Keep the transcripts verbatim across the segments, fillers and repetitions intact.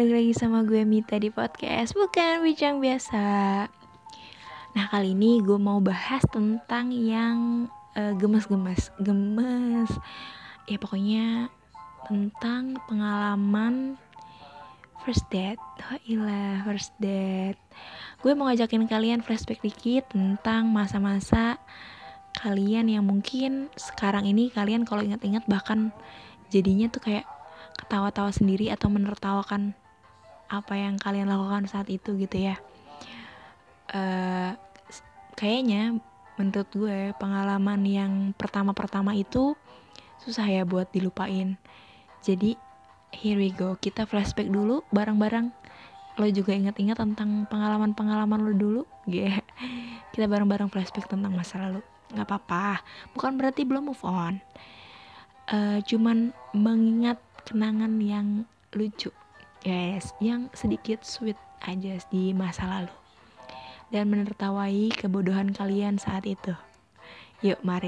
balik lagi sama gue Mita di podcast Bukan Bincang Biasa. Nah kali ini gue mau bahas tentang yang uh, gemes-gemes Gemes Ya pokoknya tentang pengalaman first date. Oh ilah first date. Gue mau ngajakin kalian flashback dikit tentang masa-masa kalian yang mungkin sekarang ini kalian kalau ingat-ingat bahkan jadinya tuh kayak ketawa-tawa sendiri atau menertawakan apa yang kalian lakukan saat itu gitu ya. Uh, kayaknya menurut gue pengalaman yang pertama-pertama itu susah ya buat dilupain. Jadi here we go, kita flashback dulu bareng-bareng. Lo juga ingat-ingat tentang pengalaman-pengalaman lo dulu, yeah. Kita bareng-bareng flashback tentang masa lalu. Gak apa-apa, bukan berarti belum move on. Uh, cuman mengingat kenangan yang lucu, yes, yang sedikit sweet aja di masa lalu, dan menertawai kebodohan kalian saat itu. Yuk mari.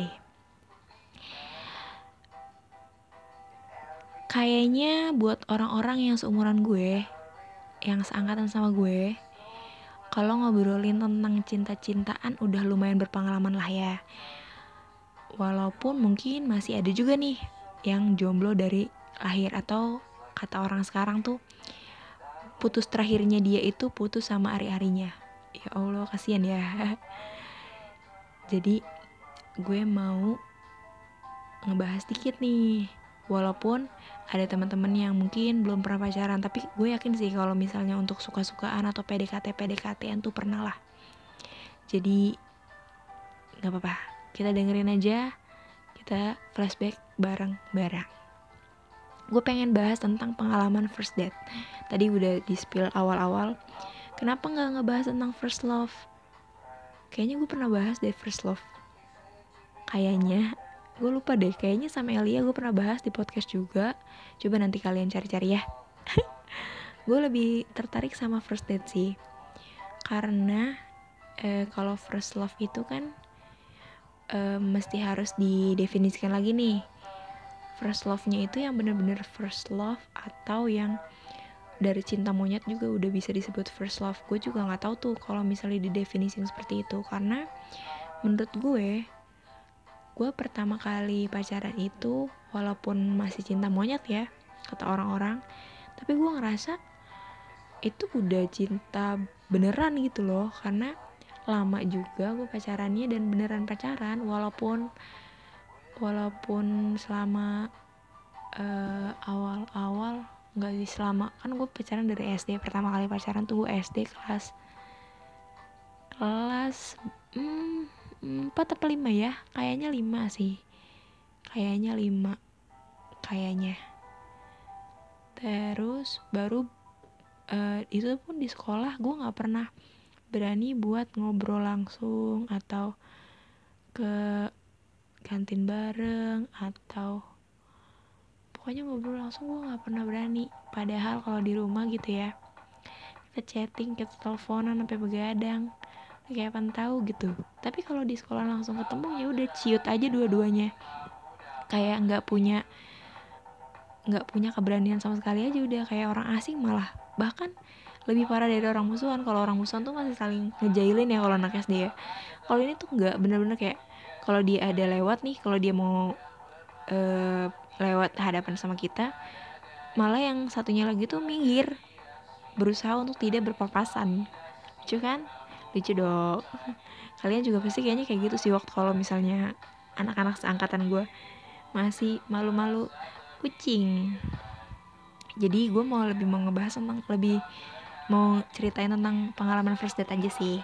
Kayaknya buat orang-orang yang seumuran gue, yang seangkatan sama gue, kalau ngobrolin tentang cinta-cintaan udah lumayan berpengalaman lah ya. Walaupun mungkin masih ada juga nih yang jomblo dari lahir, atau kata orang sekarang tuh putus terakhirnya dia itu putus sama ari-arinya. Ya Allah kasihan ya. Jadi gue mau ngebahas dikit nih, walaupun ada teman-teman yang mungkin belum pernah pacaran, tapi gue yakin sih kalau misalnya untuk suka-sukaan atau P D K T P D K T-an tuh pernah lah. Jadi gak apa-apa, kita dengerin aja, kita flashback bareng-bareng. Gue pengen bahas tentang pengalaman first date. Tadi udah di spill awal-awal, kenapa gak ngebahas tentang first love? Kayaknya gue pernah bahas deh first love. Kayaknya, gue lupa deh, kayaknya sama Elia gue pernah bahas di podcast juga. Coba nanti kalian cari-cari ya. Gue lebih tertarik sama first date sih, karena eh, kalau first love itu kan eh, mesti harus didefinisikan lagi nih. First love-nya itu yang bener-bener first love, atau yang dari cinta monyet juga udah bisa disebut first love. Gue juga gak tahu tuh kalau misalnya didefinisin seperti itu, karena menurut gue gue pertama kali pacaran itu walaupun masih cinta monyet ya kata orang-orang, tapi gue ngerasa itu udah cinta beneran gitu loh, karena lama juga gue pacarannya dan beneran pacaran, walaupun walaupun selama uh, awal-awal nggak sih, selama kan gue pacaran dari S D. Pertama kali pacaran tuh gue S D kelas kelas hmm, empat atau lima ya, kayaknya lima sih, kayaknya lima kayaknya. Terus baru uh, itu pun di sekolah gue nggak pernah berani buat ngobrol langsung atau ke kantin bareng, atau pokoknya ngobrol langsung gue nggak pernah berani. Padahal kalau di rumah gitu ya, kita chatting, kita teleponan sampai begadang, kayak apa tahu gitu. Tapi kalau di sekolah langsung ketemu ya udah ciut aja dua-duanya, kayak nggak punya nggak punya keberanian sama sekali aja, udah kayak orang asing, malah bahkan lebih parah dari orang musuhan. Kalau orang musuhan tuh masih saling ngejailin ya kalau anak S D ya. Kalau ini tuh nggak, bener-bener kayak kalau dia ada lewat nih, kalau dia mau uh, lewat hadapan sama kita, malah yang satunya lagi tuh minggir, berusaha untuk tidak berpapasan. Lucu kan? Lucu dong. Kalian juga pasti kayaknya kayak gitu sih waktu kalau misalnya anak-anak seangkatan gue masih malu-malu kucing. Jadi gue mau lebih mau ngebahas tentang, lebih mau ceritain tentang pengalaman first date aja sih.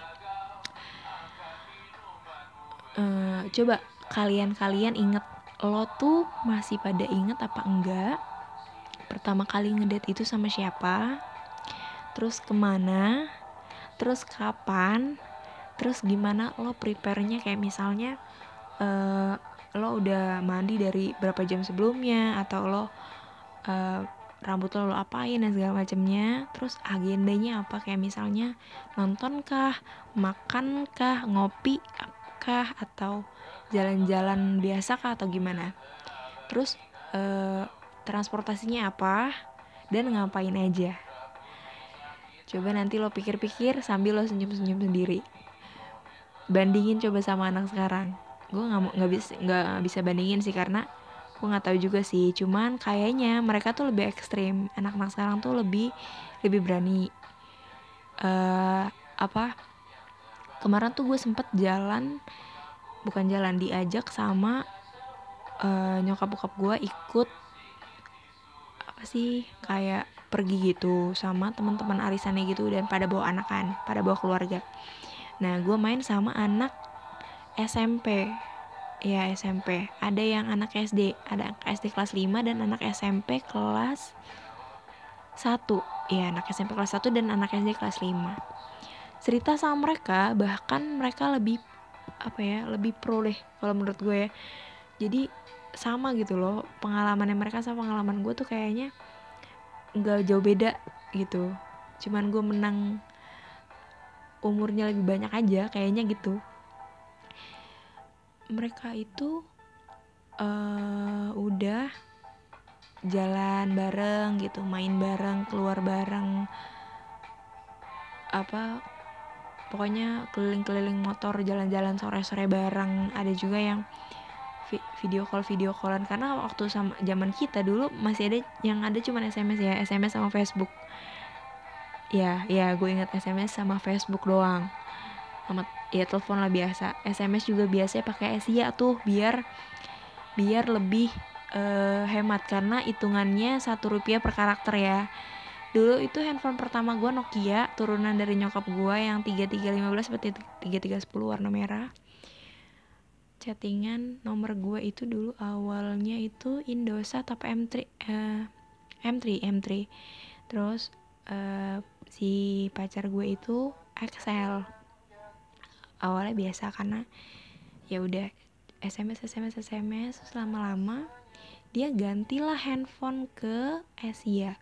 Uh, coba kalian-kalian inget, lo tuh masih pada inget apa enggak pertama kali ngedate itu sama siapa, terus kemana, terus kapan, terus gimana lo prepare-nya, kayak misalnya uh, lo udah mandi dari berapa jam sebelumnya, atau lo uh, rambut lo, lo apain dan segala macamnya. Terus agendanya apa, kayak misalnya nonton kah, makan kah, ngopi kah, atau jalan-jalan biasa kah, atau gimana. Terus uh, transportasinya apa dan ngapain aja. Coba nanti lo pikir-pikir sambil lo senyum-senyum sendiri, bandingin coba sama anak sekarang. Gue nggak nggak bisa nggak bisa bandingin sih karena gue nggak tahu juga sih, cuman kayaknya mereka tuh lebih ekstrim, anak-anak sekarang tuh lebih lebih berani. uh, apa kemarin tuh gue sempet jalan, bukan jalan, diajak sama uh, nyokap bokap gue ikut apa sih kayak pergi gitu sama teman-teman arisannya gitu, dan pada bawa anak kan, pada bawa keluarga. Nah gue main sama anak S M P, ya S M P, ada yang anak S D, ada S D kelas lima dan anak S M P kelas satu, ya anak S M P kelas satu dan anak S D kelas lima. Cerita sama mereka, bahkan mereka lebih apa ya, lebih pro deh kalau menurut gue ya. Jadi sama gitu loh, pengalamannya mereka sama pengalaman gue tuh kayaknya nggak jauh beda gitu, cuman gue menang umurnya lebih banyak aja kayaknya gitu. Mereka itu uh, udah jalan bareng gitu, main bareng, keluar bareng, apa pokoknya keliling-keliling motor, jalan-jalan sore-sore bareng. Ada juga yang vi- video call video callan, karena waktu sama zaman kita dulu masih ada yang ada cuma S M S ya, S M S sama Facebook. Ya, ya gue ingat S M S sama Facebook doang. Sama ya telepon lah biasa. S M S juga biasanya pakai Asia tuh biar biar lebih uh, hemat karena hitungannya satu rupiah per karakter ya. Dulu itu handphone pertama gue Nokia, turunan dari nyokap gue yang tiga tiga lima belas seperti tiga tiga sepuluh warna merah. Chattingan nomor gue itu dulu awalnya itu Indosat apa M tiga, uh, M tiga M tiga. Terus uh, si pacar gue itu X L. Awalnya biasa karena ya udah S M S S M S S M S, lama-lama dia gantilah handphone ke Asia.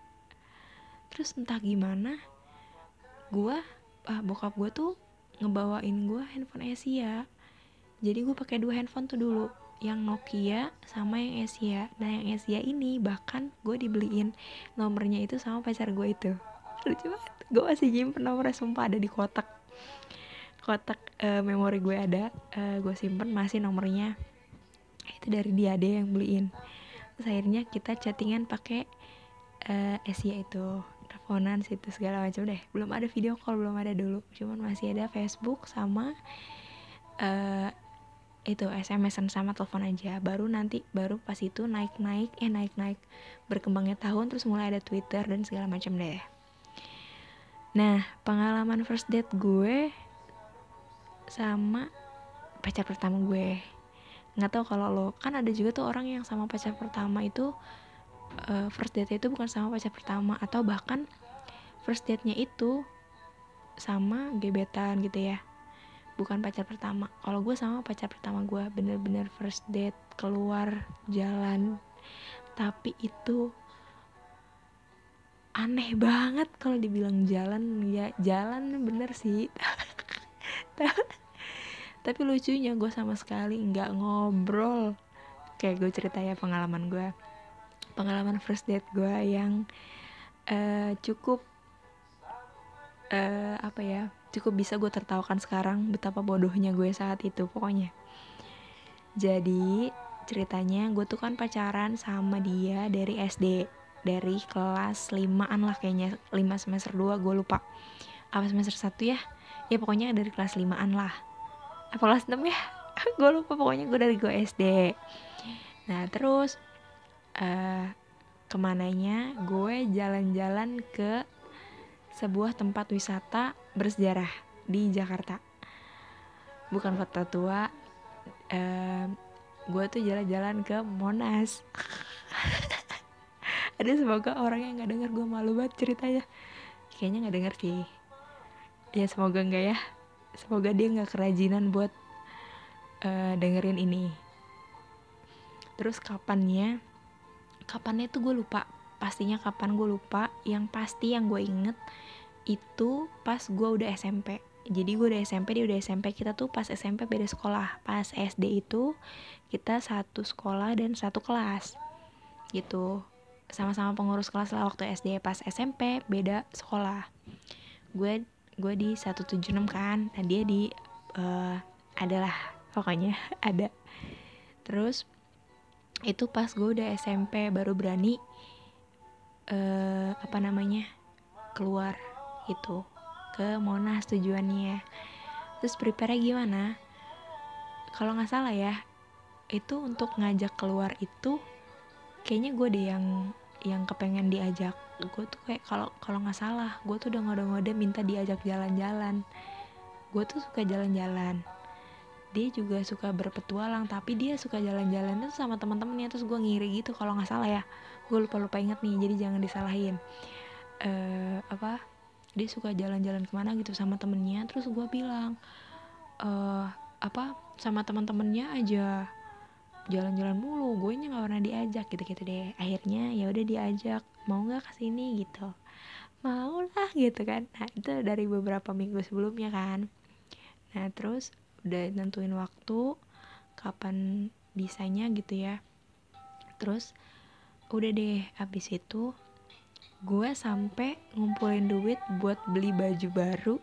Terus entah gimana gue ah, bokap gue tuh ngebawain gue handphone Asia. Jadi gue pakai dua handphone tuh dulu, yang Nokia sama yang Asia. Nah yang Asia ini bahkan gue dibeliin nomornya itu sama pacar gue itu. Lucu banget, gue masih nyimpen nomornya, sumpah ada di kotak kotak uh, memori gue ada, uh, gue simpen masih nomornya. Itu dari dia, dia yang beliin. Terus akhirnya kita chattingan pakai uh, Asia itu, teleponan situ segala macam deh. Belum ada video call, belum ada dulu, cuman masih ada Facebook sama uh, itu S M S-an sama telepon aja. Baru nanti baru pas itu naik-naik eh naik-naik berkembangnya tahun, terus mulai ada Twitter dan segala macam deh. Nah pengalaman first date gue sama pacar pertama gue, nggak tahu kalau lo, kan ada juga tuh orang yang sama pacar pertama itu uh, first date itu bukan sama pacar pertama, atau bahkan first date-nya itu sama gebetan gitu ya, bukan pacar pertama. Kalau gue sama pacar pertama gue bener-bener first date, keluar jalan. Tapi itu aneh banget kalau dibilang jalan, ya jalan bener sih. Tapi lucunya gue sama sekali nggak ngobrol. Kayak gue cerita ya pengalaman gue, pengalaman first date gue yang uh, cukup uh, apa ya, cukup bisa gue tertawakan sekarang betapa bodohnya gue saat itu pokoknya. Jadi ceritanya gue tuh kan pacaran sama dia dari S D, dari kelas limaan lah kayaknya, lima semester dua, gue lupa apa semester satu ya, ya pokoknya dari kelas limaan lah, apa kelas enam ya gue lupa, pokoknya gue dari gue S D. Nah terus uh, kemananya gue jalan-jalan ke sebuah tempat wisata bersejarah di Jakarta, bukan Kota Tua. uh, gue tuh jalan-jalan ke Monas. Ada semoga orang yang nggak denger, gue malu banget ceritanya. Kayaknya nggak denger sih, ya semoga nggak ya, semoga dia nggak kerajinan buat uh, dengerin ini. Terus kapannya kapannya tuh gue lupa, pastinya kapan gue lupa. Yang pasti yang gue inget itu pas gue udah S M P. Jadi gue udah S M P, dia udah S M P. Kita tuh pas S M P beda sekolah. Pas S D itu kita satu sekolah dan satu kelas gitu. sama-sama pengurus kelas lah waktu S D. Pas S M P beda sekolah, gue gue di seratus tujuh puluh enam kan, dan dia di uh, adalah pokoknya ada. Terus itu pas gue udah S M P baru berani uh, apa namanya keluar itu ke Monas tujuannya. Terus prepare gimana? Kalau nggak salah ya, itu untuk ngajak keluar itu kayaknya gue deh yang yang kepengen diajak. Gue tuh kayak kalau kalau nggak salah gue tuh udah ngode-ngode minta diajak jalan-jalan. Gue tuh suka jalan-jalan, dia juga suka berpetualang, tapi dia suka jalan-jalan tuh sama teman-temannya. Terus gue ngiri gitu kalau nggak salah ya, gue lupa lupa inget nih, jadi jangan disalahin. Uh, apa dia suka jalan-jalan kemana gitu sama temennya. Terus gue bilang uh, apa sama teman-temannya aja jalan-jalan mulu, gue nya nggak pernah diajak gitu-gitu deh. Akhirnya ya udah diajak, mau nggak kesini gitu, mau lah gitu kan. Nah itu dari beberapa minggu sebelumnya kan. Nah terus udah nentuin waktu kapan bisanya gitu ya. Terus udah deh, abis itu gue sampai ngumpulin duit buat beli baju baru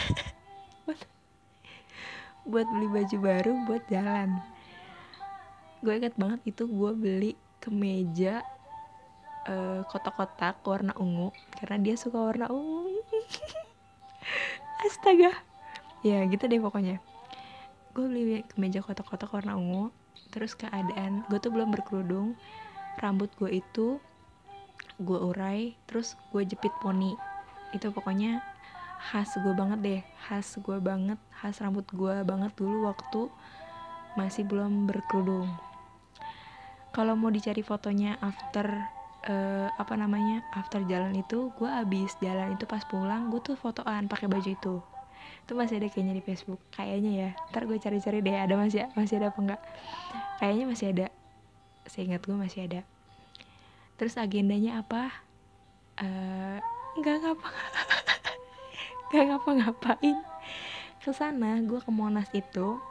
buat beli baju baru buat jalan. Gue inget banget itu gue beli kemeja uh, kotak-kotak warna ungu karena dia suka warna ungu. Astaga, ya gitu deh pokoknya. Gue beli kemeja kotak-kotak warna ungu. Terus keadaan gue tuh belum berkerudung, rambut gue itu gue urai, terus gue jepit poni. Itu pokoknya khas gue banget deh, khas gue banget, khas rambut gue banget dulu waktu masih belum berkerudung. Kalau mau dicari fotonya after uh, apa namanya after jalan itu, gue abis jalan itu pas pulang gue tuh fotoan pakai baju itu. Itu masih ada kayaknya di Facebook kayaknya ya, ntar gue cari-cari deh ada masih masih ada apa enggak. Kayaknya masih ada, seingat gue masih ada. Terus agendanya apa? Uh, nggak ngapa nggak ngapa-ngapain kesana. Gue ke Monas itu,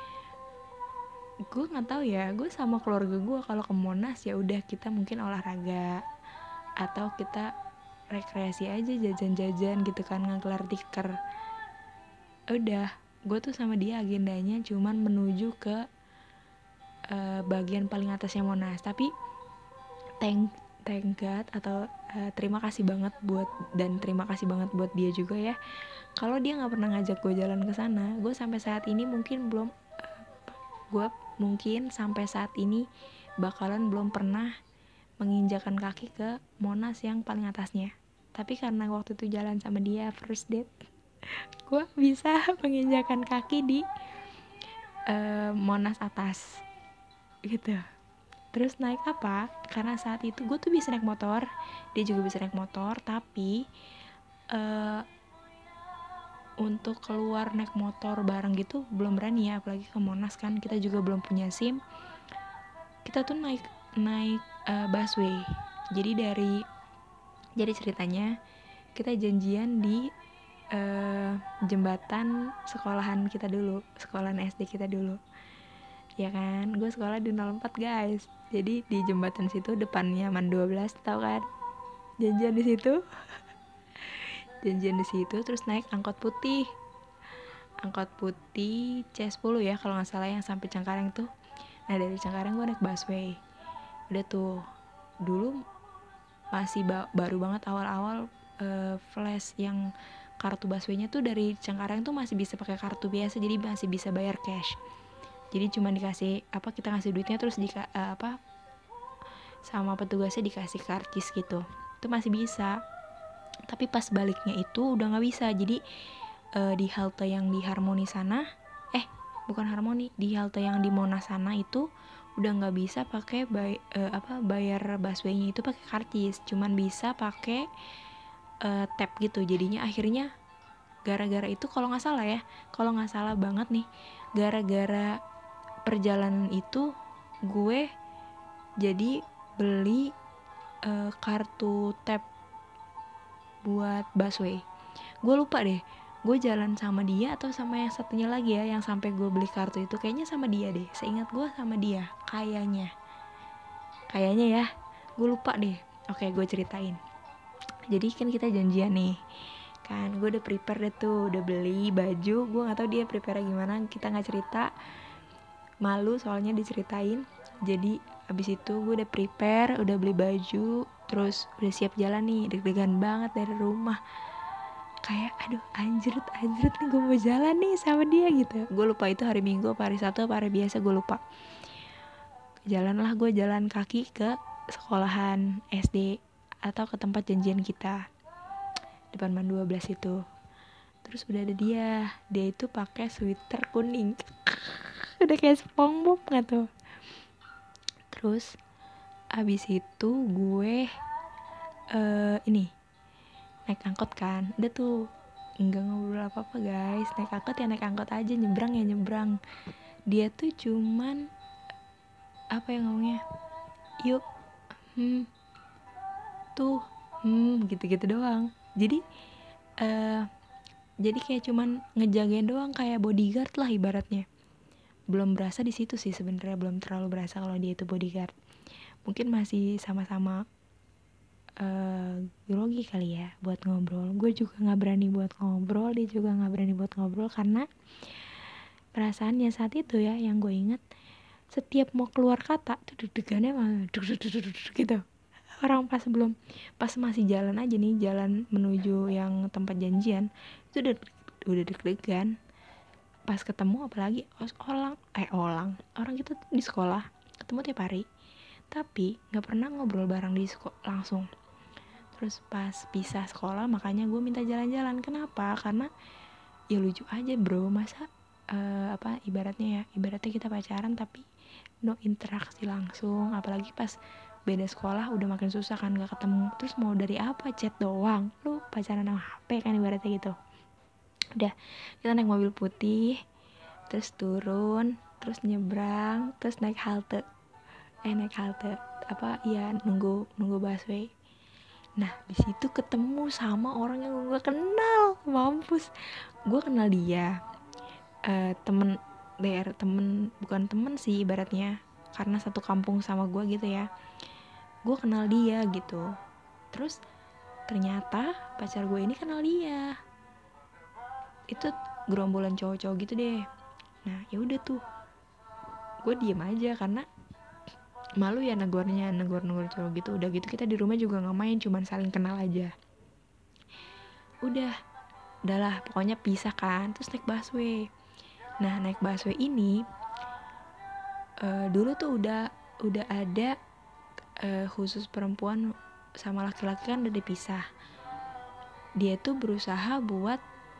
gue nggak tahu ya, gue sama keluarga gue kalau ke Monas ya udah kita mungkin olahraga atau kita rekreasi aja, jajan-jajan gitu kan, ngegelar tiker. Udah, gue tuh sama dia agendanya cuman menuju ke uh, bagian paling atasnya Monas. Tapi thank thank God atau uh, terima kasih banget buat dan terima kasih banget buat dia juga ya. Kalau dia nggak pernah ngajak gue jalan ke sana, gue sampai saat ini mungkin belum uh, gue mungkin sampai saat ini bakalan belum pernah menginjakan kaki ke Monas yang paling atasnya. Tapi karena waktu itu jalan sama dia first date, gue bisa menginjakan kaki di uh, Monas atas gitu. Terus naik apa? Karena saat itu gue tuh bisa naik motor, dia juga bisa naik motor, tapi uh, untuk keluar naik motor bareng gitu belum berani ya, apalagi ke Monas kan kita juga belum punya SIM. Kita tuh naik naik uh, busway. Jadi dari jadi ceritanya kita janjian di uh, jembatan sekolahan kita dulu, sekolahan S D kita dulu. Ya kan, gue sekolah di nol empat guys. Jadi di jembatan situ depannya Man dua belas, tau kan? Janjian di situ. Janjian di situ terus naik angkot putih. Angkot putih C sepuluh ya kalau nggak salah, yang sampai Cengkareng tuh. Nah dari Cengkareng gue naik busway. Udah tuh, dulu masih ba- baru banget awal-awal uh, flash yang kartu busway-nya tuh dari Cengkareng tuh masih bisa pakai kartu biasa, jadi masih bisa bayar cash. Jadi cuma dikasih apa, kita ngasih duitnya terus di uh, apa sama petugasnya dikasih karcis gitu. Itu masih bisa. Tapi pas baliknya itu udah nggak bisa. Jadi uh, di halte yang di Harmoni sana, eh bukan Harmoni, di halte yang di Monas sana itu udah nggak bisa pakai bay, uh, apa bayar busway-nya itu pakai karcis, cuman bisa pakai uh, tap gitu. Jadinya akhirnya gara-gara itu kalau nggak salah ya, kalau nggak salah banget nih, gara-gara perjalanan itu gue jadi beli uh, kartu tap buat busway. Gue lupa deh, gue jalan sama dia atau sama yang satunya lagi ya yang sampai gue beli kartu itu. Kayaknya sama dia deh, seingat gue sama dia kayaknya kayaknya ya, gue lupa deh. Oke, gue ceritain. Jadi kan kita janjian nih, kan gue udah prepare deh tuh, udah beli baju. Gue nggak tahu dia prepare gimana, kita nggak cerita, malu soalnya diceritain. Jadi abis itu gue udah prepare, udah beli baju, terus udah siap jalan nih, deg-degan banget dari rumah. Kayak aduh anjrit anjrit nih gue mau jalan nih sama dia gitu. Gue lupa itu hari Minggu apa hari Sabtu apa hari biasa, gue lupa. Jalan lah gue jalan kaki ke sekolahan S D atau ke tempat janjian kita depan Man dua belas itu. Terus udah ada dia, dia itu pakai sweater kuning. Udah kayak SpongeBob nggak tuh. Terus abis itu gue uh, ini naik angkot kan, udah tuh nggak ngobrol apa apa guys, naik angkot ya naik angkot aja, nyebrang ya nyebrang. Dia tuh cuman apa yang ngomongnya, yuk, hmm, tuh, hmm, gitu-gitu doang. Jadi, uh, jadi kayak cuman ngejagain doang, kayak bodyguard lah ibaratnya. Belum berasa di situ sih sebenarnya, belum terlalu berasa kalau dia itu bodyguard. Mungkin masih sama-sama uh, grogi kali ya buat ngobrol. Gue juga nggak berani buat ngobrol, dia juga nggak berani buat ngobrol karena perasaannya saat itu ya yang gue inget, setiap mau keluar kata tuh deg-degannya malah gitu. Orang pas sebelum pas masih jalan aja nih, jalan menuju yang tempat janjian itu udah udah deg-degan. Pas ketemu apalagi orang eh orang orang kita di sekolah ketemu tiap hari tapi nggak pernah ngobrol bareng di sekolah langsung. Terus pas pisah sekolah makanya gue minta jalan-jalan. Kenapa? Karena ya lucu aja bro, masa uh, apa ibaratnya ya ibaratnya kita pacaran tapi no interaksi langsung. Apalagi pas beda sekolah udah makin susah kan gak ketemu. Terus mau dari apa, chat doang, lu pacaran sama H P kan ibaratnya gitu. Udah kita naik mobil putih, terus turun, terus nyebrang, terus naik halte eh naik halte apa ya nunggu nunggu busway. Nah di situ ketemu sama orang yang gue kenal, mampus. Gue kenal dia, uh, temen daerah, temen bukan temen sih ibaratnya, karena satu kampung sama gue gitu ya. Gue kenal dia gitu. Terus ternyata pacar gue ini kenal dia. Itu gerombolan cowok-cowok gitu deh. Nah ya udah tuh, gue diem aja karena malu ya negornya, negor-negor cowok gitu. Udah gitu kita di rumah juga nggak main, cuman saling kenal aja. Udah, udahlah pokoknya pisah kan. Terus naik busway. Nah naik busway ini uh, dulu tuh udah udah ada uh, khusus perempuan sama laki-laki kan udah dipisah. Dia tuh berusaha buat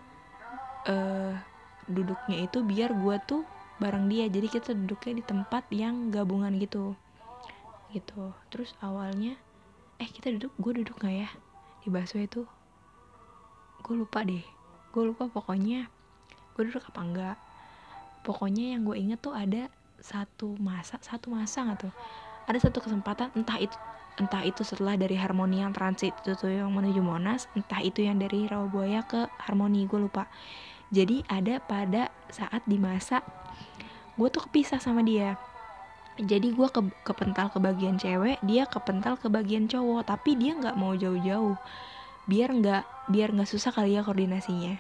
uh, duduknya itu biar gue tuh bareng dia. Jadi kita duduknya di tempat yang gabungan gitu. Gitu. Terus awalnya eh kita duduk, gue duduk nggak ya di busway itu? Gue lupa deh. Gue lupa pokoknya gue duduk apa enggak. Pokoknya yang gue inget tuh ada satu masa, satu masa nggak tuh? Ada satu kesempatan, entah itu entah itu setelah dari Harmoni yang transit itu tuh yang menuju Monas, entah itu yang dari Rawabuaya ke Harmoni, gue lupa. Jadi ada pada saat di masa gue tuh kepisah sama dia. Jadi gue ke kepental ke bagian cewek, dia kepental ke bagian cowok, tapi dia nggak mau jauh-jauh, biar nggak biar nggak susah kali ya koordinasinya.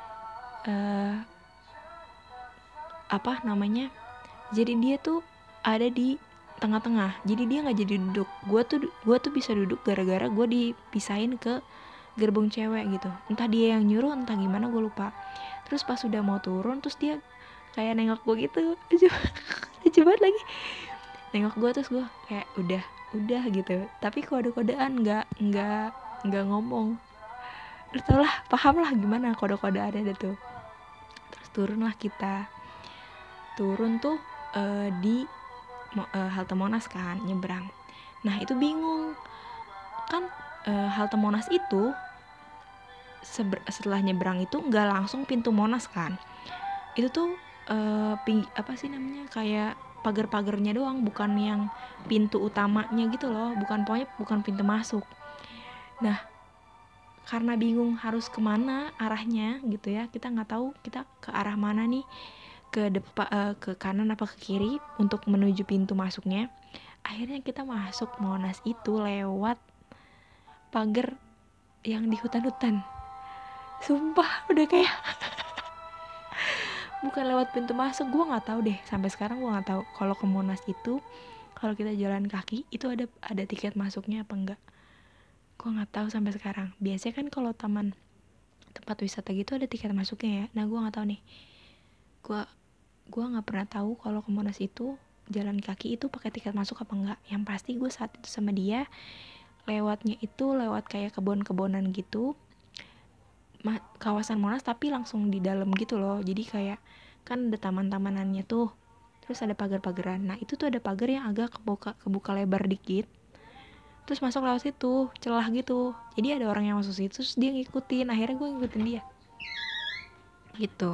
Uh, apa namanya? Jadi dia tuh ada di tengah-tengah, jadi dia nggak jadi duduk. Gue tuh gue tuh bisa duduk gara-gara gue dipisahin ke gerbong cewek gitu. Entah dia yang nyuruh, entah gimana gue lupa. Terus pas sudah mau turun, terus dia kayak nengok gue gitu, lucu banget lagi. Nengok gue terus gue kayak udah udah gitu. Tapi kode-kodean, nggak nggak nggak ngomong. Lu tau lah, paham lah gimana kode-kode ada tuh. Terus turunlah kita. Turun tuh uh, di uh, halte Monas kan, nyebrang. Nah itu bingung kan, uh, halte Monas itu seber- setelah nyebrang itu nggak langsung pintu Monas kan. Itu tuh uh, ping- apa sih namanya, kayak pagar-pagarnya doang, bukan yang pintu utamanya gitu loh, bukan pokoknya bukan pintu masuk. Nah karena bingung harus kemana arahnya gitu ya, kita nggak tahu kita ke arah mana nih, ke depan uh, ke kanan apa ke kiri untuk menuju pintu masuknya. Akhirnya kita masuk Monas itu lewat pagar yang di hutan-hutan. Sumpah udah kayak bukan lewat pintu masuk. Gue nggak tahu deh, sampai sekarang gue nggak tahu kalau ke Monas itu kalau kita jalan kaki itu ada ada tiket masuknya apa enggak. Gue nggak tahu sampai sekarang. Biasanya kan kalau taman tempat wisata gitu ada tiket masuknya ya. Nah gue nggak tahu nih. Gue gue nggak pernah tahu kalau ke Monas itu jalan kaki itu pakai tiket masuk apa enggak. Yang pasti gue saat itu sama dia lewatnya itu lewat kayak kebun-kebunan gitu, Ma- kawasan Monas tapi langsung di dalam gitu loh. Jadi kayak kan ada taman-tamanannya tuh, terus ada pagar-pagaran. Nah itu tuh ada pagar yang agak kebuka kebuka lebar dikit, terus masuk lewat situ celah gitu. Jadi ada orang yang masuk situ terus dia ngikutin, akhirnya gue ngikutin dia gitu.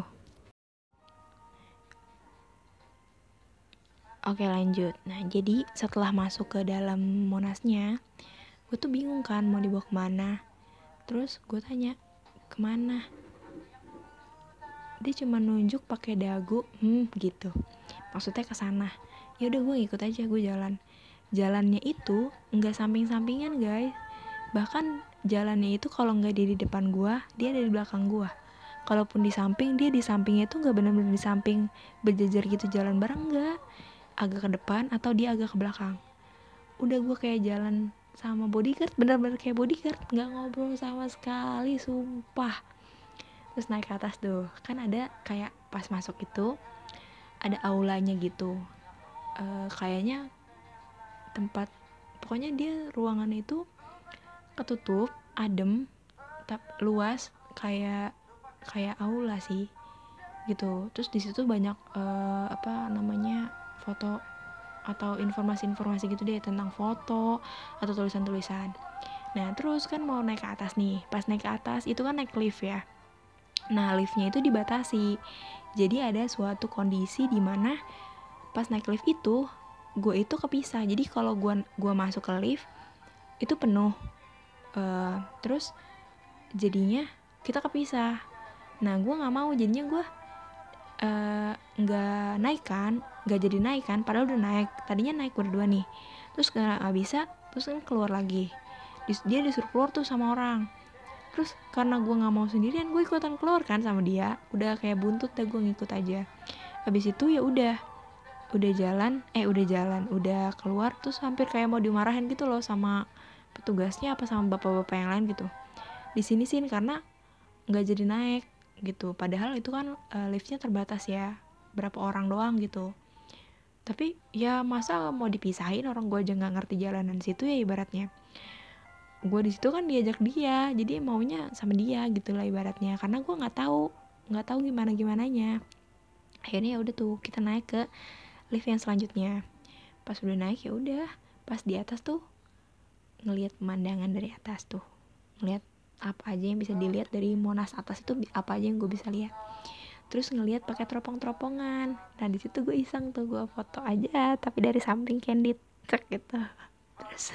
Oke lanjut. Nah jadi setelah masuk ke dalam Monasnya, gue tuh bingung kan mau dibawa kemana. Terus gue tanya kemana, dia cuma nunjuk pakai dagu, hmm gitu, maksudnya ke sana. Ya udah gue ngikut aja, gue jalan. Jalannya itu nggak samping-sampingan guys, bahkan jalannya itu kalau nggak dia di depan gue, dia ada di belakang gue. Kalaupun di samping, dia di sampingnya itu nggak benar-benar di samping berjejer gitu jalan bareng, nggak, agak ke depan atau dia agak ke belakang. Udah gue kayak jalan sama bodyguard, bener-bener kayak bodyguard, nggak ngobrol sama sekali, sumpah. Terus naik ke atas tuh, kan ada kayak pas masuk itu ada aulanya gitu, e, kayaknya tempat, pokoknya dia ruangannya itu ketutup, adem, tap, luas, kayak kayak aula sih gitu. Terus di situ banyak e, apa namanya foto atau informasi-informasi gitu deh tentang foto atau tulisan-tulisan. Nah terus kan mau naik ke atas nih, pas naik ke atas itu kan naik lift ya. Nah liftnya itu dibatasi, jadi ada suatu kondisi di mana pas naik lift itu gue itu kepisah. Jadi kalau gue gue masuk ke lift itu penuh, uh, terus jadinya kita kepisah. Nah gue nggak mau, jadinya gue nggak uh, naik kan, nggak jadi naik kan, padahal udah naik, tadinya naik berdua nih, terus nggak bisa, terus kan keluar lagi, dia disuruh keluar tuh sama orang. Terus karena gue nggak mau sendirian, gue ikutan keluar kan sama dia, udah kayak buntut dah, gue ngikut aja. Habis itu ya udah udah jalan eh udah jalan udah keluar, terus hampir kayak mau dimarahin gitu loh sama petugasnya apa sama bapak-bapak yang lain gitu, di sini sih karena nggak jadi naik gitu. Padahal itu kan uh, liftnya terbatas ya, berapa orang doang gitu. Tapi ya masa mau dipisahin, orang gue aja nggak ngerti jalanan situ ya ibaratnya. Gue di situ kan diajak dia, jadi maunya sama dia gitu lah ibaratnya, karena gue nggak tahu nggak tahu gimana gimananya. Akhirnya ya udah tuh kita naik ke lift yang selanjutnya. Pas udah naik ya udah, pas di atas tuh ngelihat pemandangan dari atas tuh, ngelihat apa aja yang bisa dilihat dari Monas atas itu, apa aja yang gue bisa lihat. Terus ngelihat pakai teropong-teropongan. Nah di situ gue iseng tuh, gue foto aja tapi dari samping candid cek gitu. Terus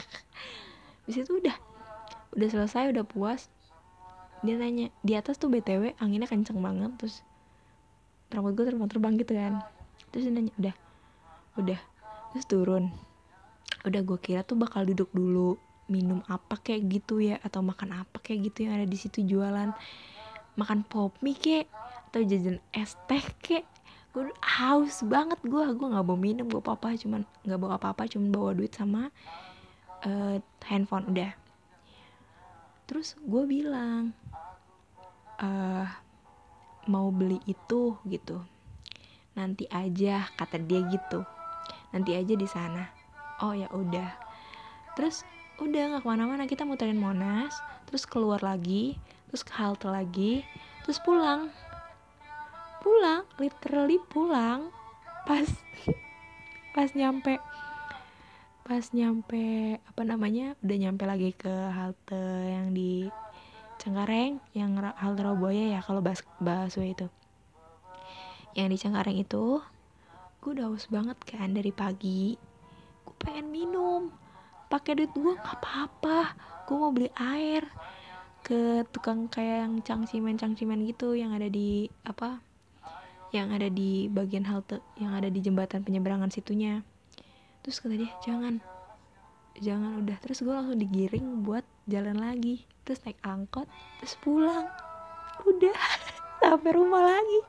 di situ udah udah selesai, udah puas. Dia nanya, di atas tuh B T W anginnya kenceng banget, terus rambut gue terbang-terbang gitu kan. Terus dia nanya, udah udah terus turun. Udah gue kira tuh bakal duduk dulu minum apa kayak gitu ya, atau makan apa kayak gitu yang ada di situ jualan, makan pop mie kek atau jajan es teh kek. Gue haus banget, gue gue nggak bawa minum, gue apa-apa, cuman nggak bawa apa-apa, cuman bawa duit sama uh, handphone udah. Terus gue bilang uh, mau beli itu gitu, nanti aja kata dia gitu, nanti aja di sana. Oh ya udah. Terus udah nggak kemana-mana, kita muterin Monas, terus keluar lagi, terus ke halte lagi, terus pulang pulang literally pulang. Pas pas nyampe pas nyampe apa namanya udah nyampe lagi ke halte yang di Cengkareng, yang halte Rawabuaya ya kalau bas busway itu. Yang di Cengkareng itu gue udah haus banget kan dari pagi, gue pengen minum, pakai duit gue nggak apa-apa, gue mau beli air ke tukang kayak yang cangcimen cangcimen gitu yang ada di apa yang ada di bagian halte, yang ada di jembatan penyeberangan situnya. Terus kata dia jangan jangan udah. Terus gue langsung digiring buat jalan lagi, terus naik angkot, terus pulang. Udah sampai rumah lagi.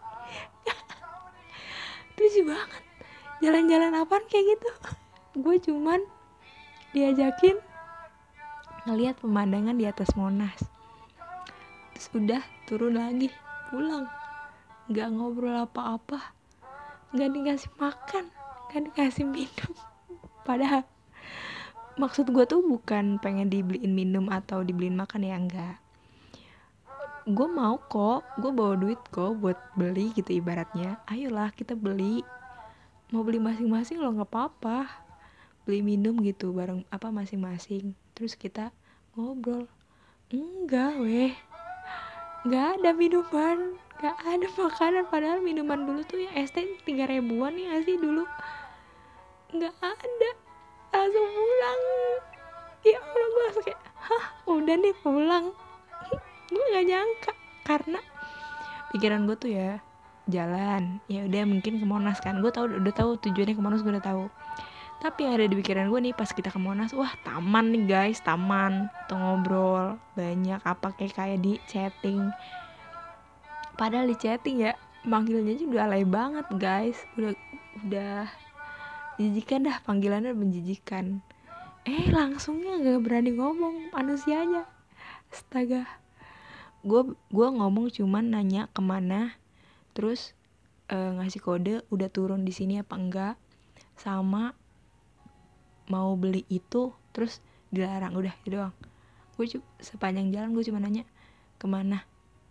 Lucu banget, jalan-jalan apaan kayak gitu. Gue cuman diajakin ngelihat pemandangan di atas Monas, terus udah turun lagi pulang, nggak ngobrol apa-apa, nggak dikasih makan, nggak dikasih minum. Padahal maksud gue tuh bukan pengen dibeliin minum atau dibeliin makan ya, enggak. Gue mau kok, gue bawa duit kok buat beli gitu ibaratnya. Ayolah kita beli, mau beli masing-masing lo nggak apa-apa, beli minum gitu bareng apa masing-masing, terus kita ngobrol. Enggak weh, nggak ada minuman, nggak ada makanan. Padahal minuman dulu tuh ya es teh tiga ribuan nih nggak sih dulu, nggak ada, langsung pulang. Ya Allah, gue langsung kayak hah udah nih pulang. Gue nggak nyangka, karena pikiran gue tuh ya jalan ya udah mungkin ke Monas kan, gue tahu udah tahu tujuannya ke Monas, gue udah tahu. Tapi yang ada di pikiran gue nih pas kita ke Monas, wah taman nih guys, taman tuh ngobrol banyak apa kayak kayak di chatting. Padahal di chatting ya manggilnya aja udah alay banget guys, udah udah menjijikan dah, panggilannya menjijikan. Eh langsungnya nggak berani ngomong manusianya, astaga. Gue gue ngomong cuman nanya kemana, terus e, ngasih kode udah turun di sini apa enggak, sama mau beli itu, terus dilarang, udah itu doang. Gue cu- sepanjang jalan gue cuma nanya kemana,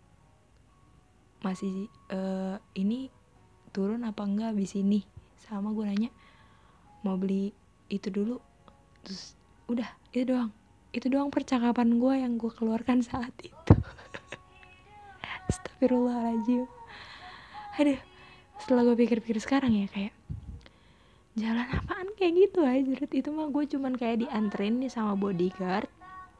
masih e, ini turun apa enggak abis ini, sama gue nanya mau beli itu dulu, terus udah itu doang. Itu doang percakapan gue yang gue keluarkan saat itu. Astagfirullahaladzim. Aduh, setelah gue pikir-pikir sekarang ya kayak jalan apaan kayak gitu aja. Itu mah gue cuman kayak dianterin nih sama bodyguard,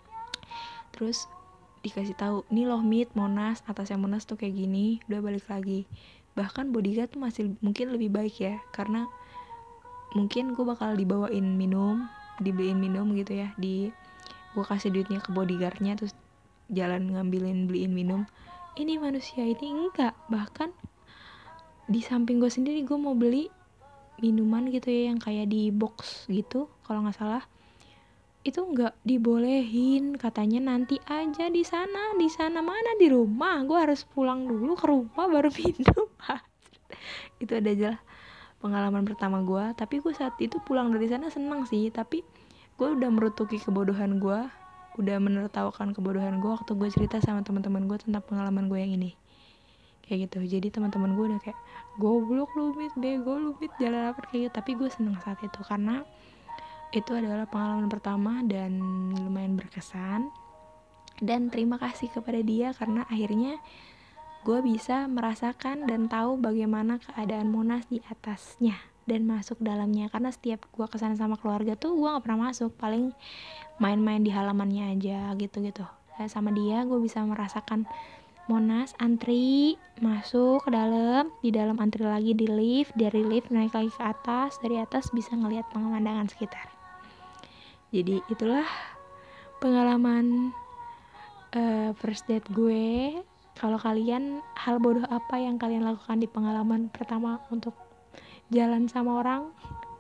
terus dikasih tahu nih loh Mit, Monas, atasnya Monas tuh kayak gini, udah balik lagi. Bahkan bodyguard tuh masih mungkin lebih baik ya, karena mungkin gue bakal dibawain minum, dibeliin minum gitu ya, di gue kasih duitnya ke bodyguardnya, terus jalan ngambilin beliin minum. Ini manusia ini enggak, bahkan di samping gue sendiri gue mau beli minuman gitu ya yang kayak di box gitu kalau nggak salah, itu nggak dibolehin, katanya nanti aja di sana. Di sana mana, di rumah, gue harus pulang dulu ke rumah baru minum. Itu ada aja lah pengalaman pertama gue. Tapi gue saat itu pulang dari sana senang sih, tapi gue udah merutuki kebodohan gue, udah menertawakan kebodohan gue waktu gue cerita sama teman-teman gue tentang pengalaman gue yang ini kayak gitu. Jadi teman-teman gue udah kayak goblok lu Mit, bego lu Mit, jalan apa kayak gitu. Tapi gue seneng saat itu karena itu adalah pengalaman pertama dan lumayan berkesan. Dan terima kasih kepada dia karena akhirnya gue bisa merasakan dan tahu bagaimana keadaan Monas di atasnya dan masuk dalamnya. Karena setiap gue kesana sama keluarga tuh gue nggak pernah masuk, paling main-main di halamannya aja gitu-gitu. Dan sama dia gue bisa merasakan Monas, antri masuk ke dalam, di dalam antri lagi di lift, dari lift naik lagi ke atas, dari atas bisa ngelihat pemandangan sekitar. Jadi itulah pengalaman uh, first date gue. Kalau kalian, hal bodoh apa yang kalian lakukan di pengalaman pertama untuk jalan sama orang?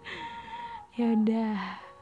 Ya udah,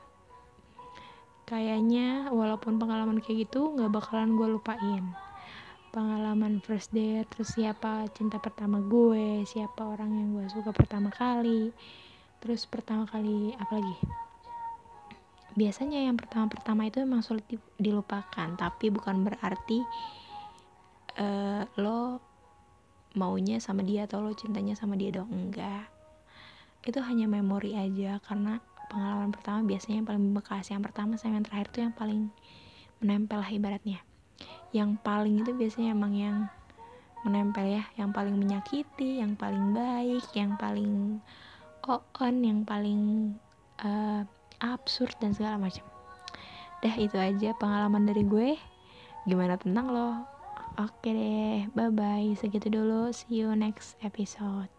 kayaknya walaupun pengalaman kayak gitu nggak bakalan gue lupain. Pengalaman first date, terus siapa cinta pertama gue, siapa orang yang gue suka pertama kali, terus pertama kali apa lagi. Biasanya yang pertama-pertama itu emang sulit dilupakan, tapi bukan berarti uh, lo maunya sama dia atau lo cintanya sama dia dong, enggak. Itu hanya memori aja, karena pengalaman pertama biasanya yang paling membekas. Yang pertama sama yang terakhir tuh yang paling menempel lah ibaratnya. Yang paling itu biasanya emang yang menempel ya, yang paling menyakiti, yang paling baik, yang paling on, yang paling uh, absurd dan segala macam. Dah itu aja pengalaman dari gue. Gimana tentang lo? Oke deh, bye bye, segitu dulu, see you next episode.